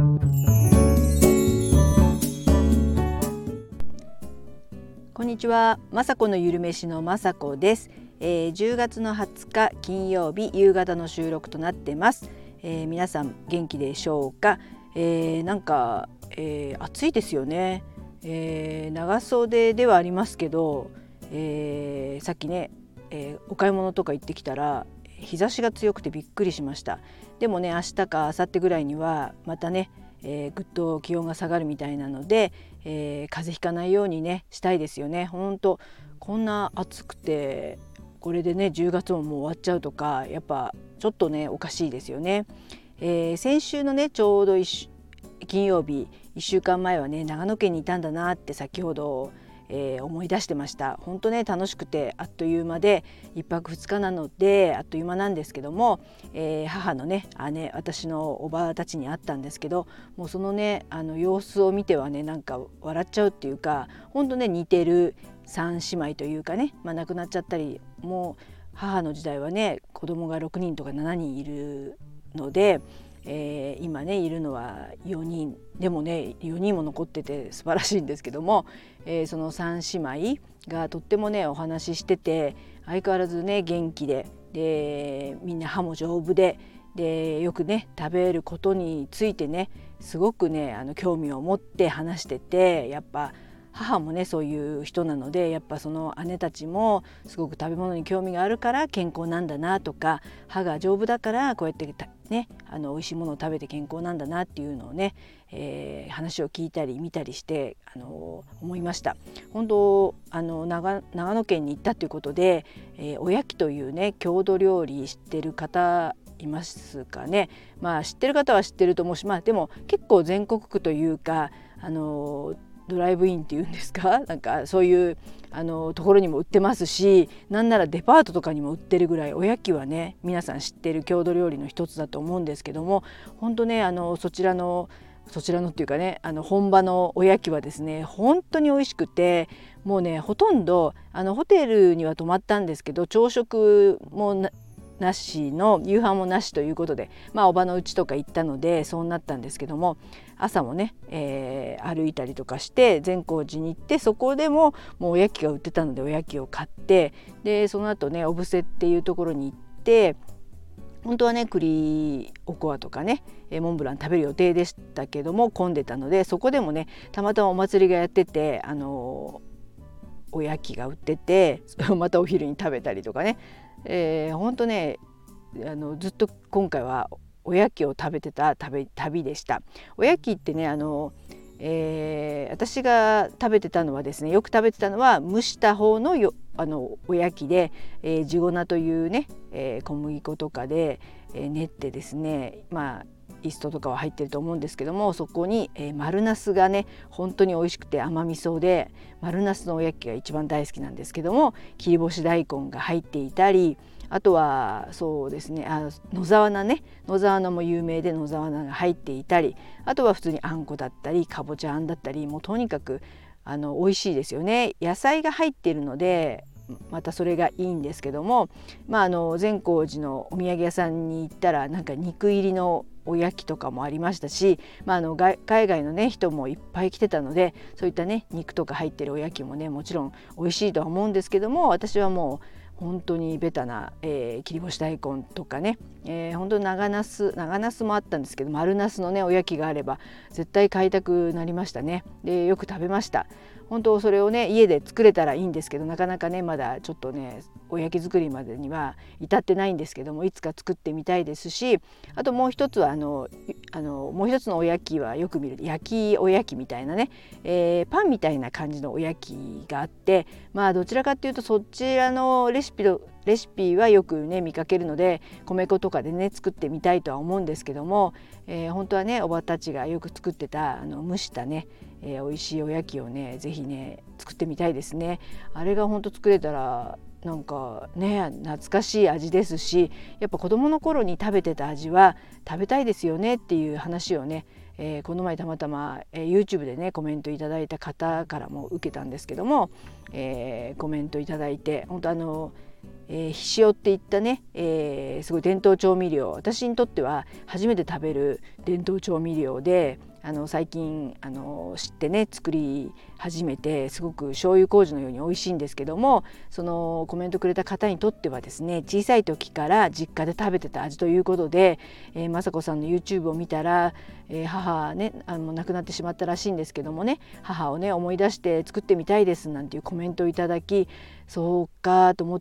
こんにちは、まさこのゆるめしのまさこです。10月の20日金曜日夕方の収録となってます。皆さん元気でしょうか。なんか、暑いですよね。長袖ではありますけど、さっきね、お買い物とか行ってきたら日差しが強くてびっくりしました。でもね、明日か明後日ぐらいにはまたね、ぐっと気温が下がるみたいなので、風邪ひかないようにねしたいですよね。本当こんな暑くてこれでね10月ももう終わっちゃうとか、やっぱちょっとねおかしいですよね。先週のねちょうど金曜日1週間前はね長野県にいたんだなって先ほど、思い出してました。本当ね楽しくてあっという間で1泊2日なのであっという間なんですけども、母のね姉、私のおばあたちに会ったんですけど、もうそのね様子を見てはねなんか笑っちゃうっていうか、本当ね似てる3姉妹というかね、亡くなっちゃったり、もう母の時代はね子供が6人とか7人いるので、今ねいるのは4人でもね4人も残ってて素晴らしいんですけども、その3姉妹がとってもねお話ししてて、相変わらずね元気で、みんな歯も丈夫で、よくね食べることについてねすごくね興味を持って話してて、やっぱ母もねそういう人なので、やっぱその姉たちもすごく食べ物に興味があるから健康なんだなとか、歯が丈夫だからこうやってね美味しいものを食べて健康なんだなっていうのをね、話を聞いたり見たりして思いました。本当長野県に行ったということで、おやきというね郷土料理知ってる方いますかね。知ってる方は知ってると思うし、でも結構全国区というかドライブインっていうんですか、なんかそういうところにも売ってますし、なんならデパートとかにも売ってるぐらいおやきはね皆さん知ってる郷土料理の一つだと思うんですけども、本当ねそちらのっていうかね本場のおやきはですね本当に美味しくて、もうねほとんどホテルには泊まったんですけど、朝食もなしの夕飯もなしということで、おばの家とか行ったのでそうなったんですけども、朝もね、歩いたりとかして善光寺に行って、そこでももうおやきが売ってたのでおやきを買って、でその後ね小布施っていうところに行って、本当はね栗おこわとかねモンブラン食べる予定でしたけども混んでたので、そこでもねたまたまお祭りがやってておやきが売ってて、それをまたお昼に食べたりとかね、本当ねずっと今回はおやきを食べてた旅でした。おやきってね私が食べてたのはですね、よく食べてたのは蒸した方のおやきで、地粉というね、小麦粉とかで、練ってですね、イーストとかは入ってると思うんですけども、そこに、丸ナスがね本当に美味しくて甘味噌で、丸ナスのおやきが一番大好きなんですけども、切り干し大根が入っていたり、あとはそうですね野沢菜も有名で野沢菜が入っていたり、あとは普通にあんこだったりかぼちゃあんだったり、もうとにかく美味しいですよね。野菜が入っているのでまたそれがいいんですけども、善光寺のお土産屋さんに行ったらなんか肉入りのおやきとかもありましたし、海外のね人もいっぱい来てたので、そういったね肉とか入ってるおやきもねもちろん美味しいとは思うんですけども、私はもう本当にベタな、切り干し大根とかね、本当に長ナスもあったんですけど、丸ナスのねおやきがあれば絶対買いたくなりましたね。でよく食べました。本当それをね家で作れたらいいんですけど、なかなかねまだちょっとねおやき作りまでには至ってないんですけども、いつか作ってみたいですし、あともう一つはもう一つのおやきはよく見る焼きおやきみたいなね、パンみたいな感じのおやきがあって、どちらかっていうとそちらのレシピはよくね見かけるので、米粉とかでね作ってみたいとは思うんですけども、本当はねおばたちがよく作ってた蒸したね、美味しいおやきをねぜひね作ってみたいですね。あれが本当作れたらなんかね懐かしい味ですし、やっぱ子どもの頃に食べてた味は食べたいですよねっていう話をね、この前たまたま、YouTube でねコメントいただいた方からも受けたんですけども、コメントいただいて、本当ひしおっていったね、すごい伝統調味料、私にとっては初めて食べる伝統調味料で、最近知ってね作り始めて、すごく醤油麹のように美味しいんですけども、そのコメントくれた方にとってはですね、小さい時から実家で食べてた味ということで、雅子さんの YouTube を見たら、母ね亡くなってしまったらしいんですけどもね、母をね思い出して作ってみたいですなんていうコメントをいただき、そうかと思って、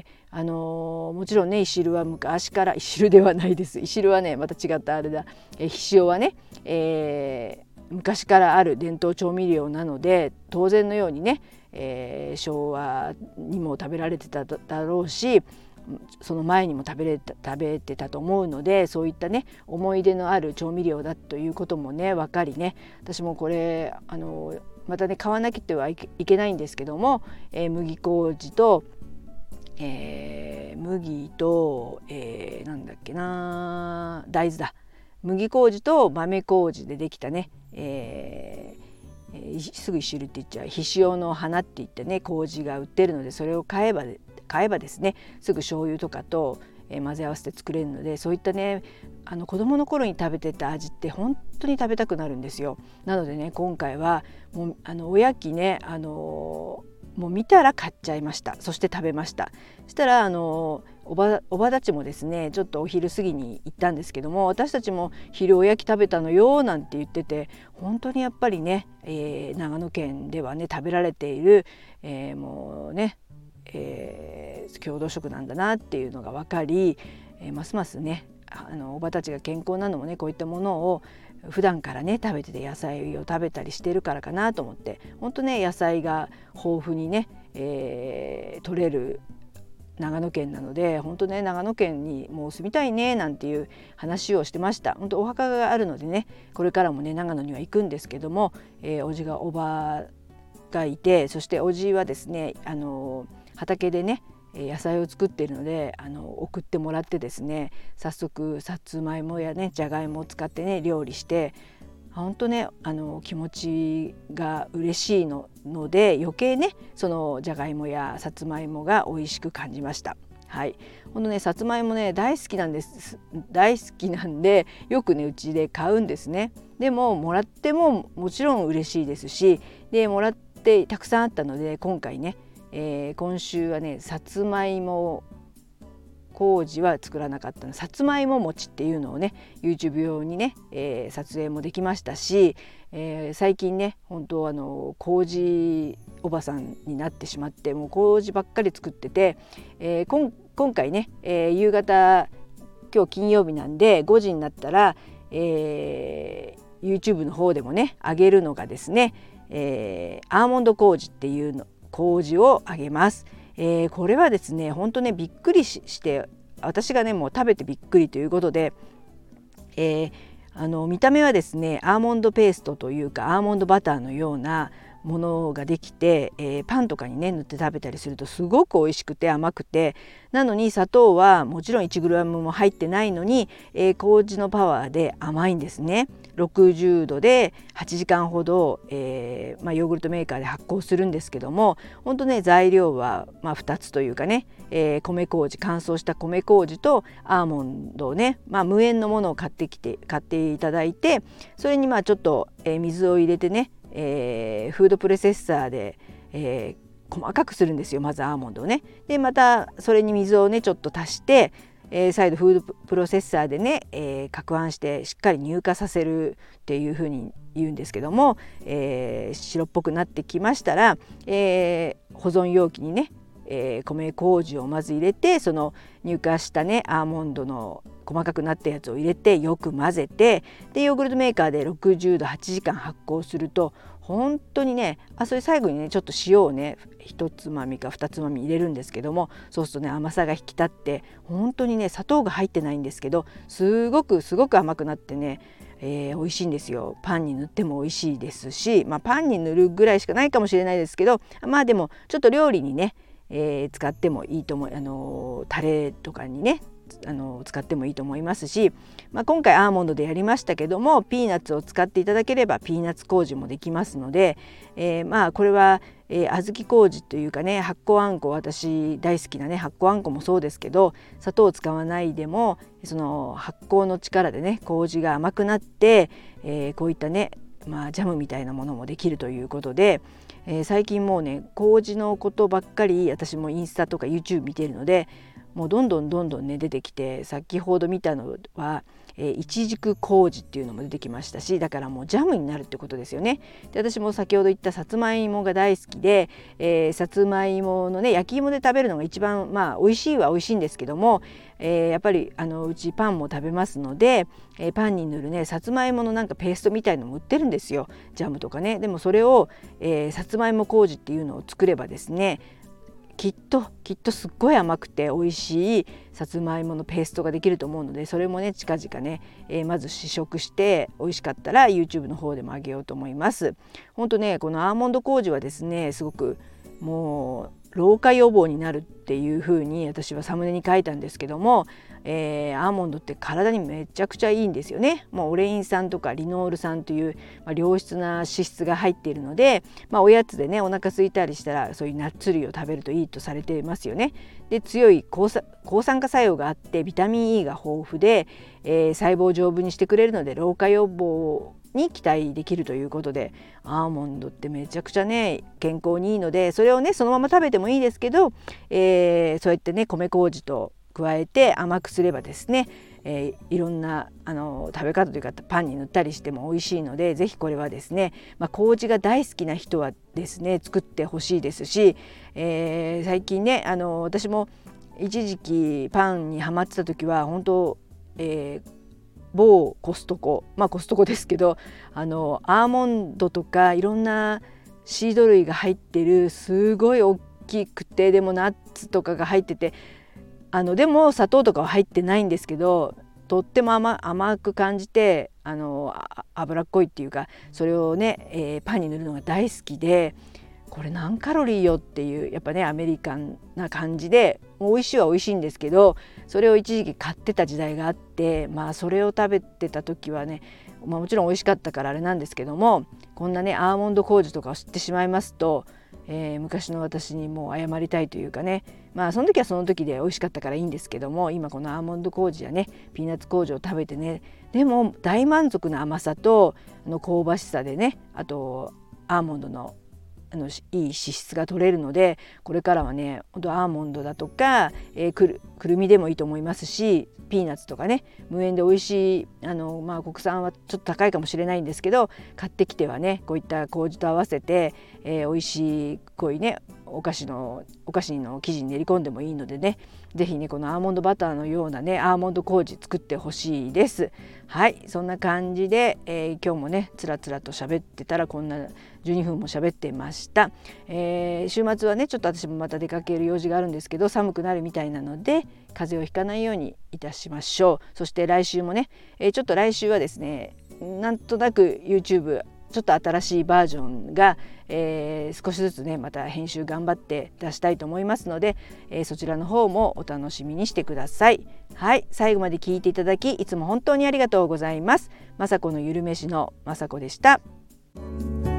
もちろんねいしるは昔から、いしるではないです、いしるはねまた違ったあれだ、ひしおはね、昔からある伝統調味料なので、当然のようにね、昭和にも食べられてただろうし、その前にも食べてたと思うので、そういったね思い出のある調味料だということもね分かりね、私もこれまたね買わなきゃはいけないんですけども、麦麹と、麦と、なんだっけな、大豆だ、麦麹と豆麹でできたね、すぐいしるって言っちゃう、ひしおの花って言ってね麹が売ってるので、それを買えばですね、すぐ醤油とかと、混ぜ合わせて作れるので、そういったね子どもの頃に食べてた味って本当に食べたくなるんですよ。なのでね今回はもうおやきねもう見たら買っちゃいました。そして食べました。そしたらおばたちもですね、ちょっとお昼過ぎに行ったんですけども、私たちも昼おやき食べたのよなんて言ってて、本当にやっぱりね、長野県ではね食べられている、もうね、郷土食なんだなっていうのが分かり、ますますねおばたちが健康なのもねこういったものを普段からね食べてて、野菜を食べたりしてるからかなと思って、本当ね野菜が豊富にね、取れる長野県なので、本当ね長野県にもう住みたいねなんていう話をしてました。本当お墓があるのでね、これからもね長野には行くんですけども、おばがいて、そしておじはですね畑でね野菜を作っているので送ってもらってですね、早速さつまいもやねじゃがいもを使ってね料理して、本当ね気持ちが嬉しいので、余計ねそのじゃがいもやさつまいもが美味しく感じました。はい、ほんとねさつまいもね大好きなんで、よくねうちで買うんですね。でももらってももちろん嬉しいですし、でもらってたくさんあったので、今回ね、今週はねさつまいも麹は作らなかったの、さつまいも餅っていうのをね YouTube 用にね、撮影もできましたし、最近ね本当麹おばさんになってしまって、もう麹ばっかり作ってて、今回ね、夕方、今日金曜日なんで5時になったら、YouTube の方でもねあげるのがですね、アーモンド麹っていうの麹をあげます。これはですね本当ねびっくりして、私がねもう食べてびっくりということで、見た目はですねアーモンドペーストというかアーモンドバターのようなものができて、パンとかにね塗って食べたりするとすごく美味しくて甘くて、なのに砂糖はもちろん 1g も入ってないのに、麹のパワーで甘いんですね。60度で8時間ほど、ヨーグルトメーカーで発酵するんですけども、本当ね材料は2つというかね、米麹、乾燥した米麹とアーモンドをね、無塩のものを買っていただいて、それにちょっと、水を入れてね、フードプロセッサーで、細かくするんですよ。まずアーモンドをね、でまたそれに水をねちょっと足して、再度フードプロセッサーでね、攪拌してしっかり乳化させるっていうふうに言うんですけども、白っぽくなってきましたら、保存容器にね、米麹をまず入れて、その乳化したねアーモンドの細かくなったやつを入れてよく混ぜて、でヨーグルトメーカーで60度8時間発酵すると本当にね、それ最後にねちょっと塩をね1つまみか2つまみ入れるんですけども、そうするとね甘さが引き立って、本当にね砂糖が入ってないんですけどすごく甘くなってね、美味しいんですよ。パンに塗っても美味しいですし、パンに塗るぐらいしかないかもしれないですけど、でもちょっと料理にね、使ってもいいと思う。タレとかにね使ってもいいと思いますし、今回アーモンドでやりましたけども、ピーナッツを使っていただければピーナッツ麹もできますので、これは、小豆麹というかね、発酵あんこ、私大好きなね発酵あんこもそうですけど、砂糖を使わないでもその発酵の力でね麹が甘くなって、こういったね、ジャムみたいなものもできるということで、最近もうね麹のことばっかり私もインスタとか YouTube 見ているので、もうどんどんね出てきて、先ほど見たのは、いちじく麹っていうのも出てきましたし、だからもうジャムになるってことですよね。で、私も先ほど言ったさつまいもが大好きで、さつまいものね焼き芋で食べるのが一番美味しいは美味しいんですけども、やっぱりうちパンも食べますので、パンに塗るねさつまいものなんかペーストみたいのも売ってるんですよ、ジャムとかね。でもそれを、さつまいも麹っていうのを作ればですね、きっとすっごい甘くて美味しいさつまいものペーストができると思うので、それもね近々ね、まず試食して美味しかったら YouTube の方でもあげようと思います。本当ね、このアーモンド麹はですね、すごくもう老化予防になるっていう風に私はサムネに書いたんですけども、アーモンドって体にめちゃくちゃいいんですよね。もうオレイン酸とかリノール酸という、良質な脂質が入っているので、おやつでねお腹空いたりしたらそういうナッツ類を食べるといいとされていますよね。で、強い抗酸化作用があってビタミン E が豊富で、細胞を丈夫にしてくれるので老化予防に期待できるということで、アーモンドってめちゃくちゃね健康にいいので、それをねそのまま食べてもいいですけど、そうやってね米麹と加えて甘くすればですね、いろんな食べ方というかパンに塗ったりしても美味しいので、ぜひこれはですね、麹が大好きな人はですね作ってほしいですし、最近ね私も一時期パンにハマってた時は本当、某コストコ、コストコですけど、アーモンドとかいろんなシード類が入ってるすごい大きくて、でもナッツとかが入ってて、でも砂糖とかは入ってないんですけど、とっても甘く感じて脂っこいっていうか、それをね、パンに塗るのが大好きで、これ何カロリーよっていうやっぱねアメリカンな感じで、美味しいは美味しいんですけど、それを一時期買ってた時代があって、それを食べてた時はね、もちろん美味しかったからあれなんですけども、こんなねアーモンド麹とかを知ってしまいますと、昔の私にもう謝りたいというかね、その時はその時で美味しかったからいいんですけども、今このアーモンド麹やねピーナッツ麹を食べてね、でも大満足な甘さと香ばしさでね、あとアーモンドのいい脂質が取れるので、これからはね本当アーモンドだとか、くるみでもいいと思いますし、ピーナッツとかね無塩で美味しい国産はちょっと高いかもしれないんですけど、買ってきてはねこういった麹と合わせて、美味しいこういうねお菓子の生地に練り込んでもいいのでね、ぜひねこのアーモンドバターのようなねアーモンド麹作ってほしいです。はい、そんな感じで、今日もねつらつらと喋ってたらこんな12分も喋ってました。週末はねちょっと私もまた出かける用事があるんですけど、寒くなるみたいなので風邪をひかないようにいたしましょう。そして来週もね、ちょっと来週はですね、なんとなく YouTubeちょっと新しいバージョンが、少しずつねまた編集頑張って出したいと思いますので、そちらの方もお楽しみにしてください。はい、最後まで聞いていただきいつも本当にありがとうございます。まさこのゆるめしのまさこでした。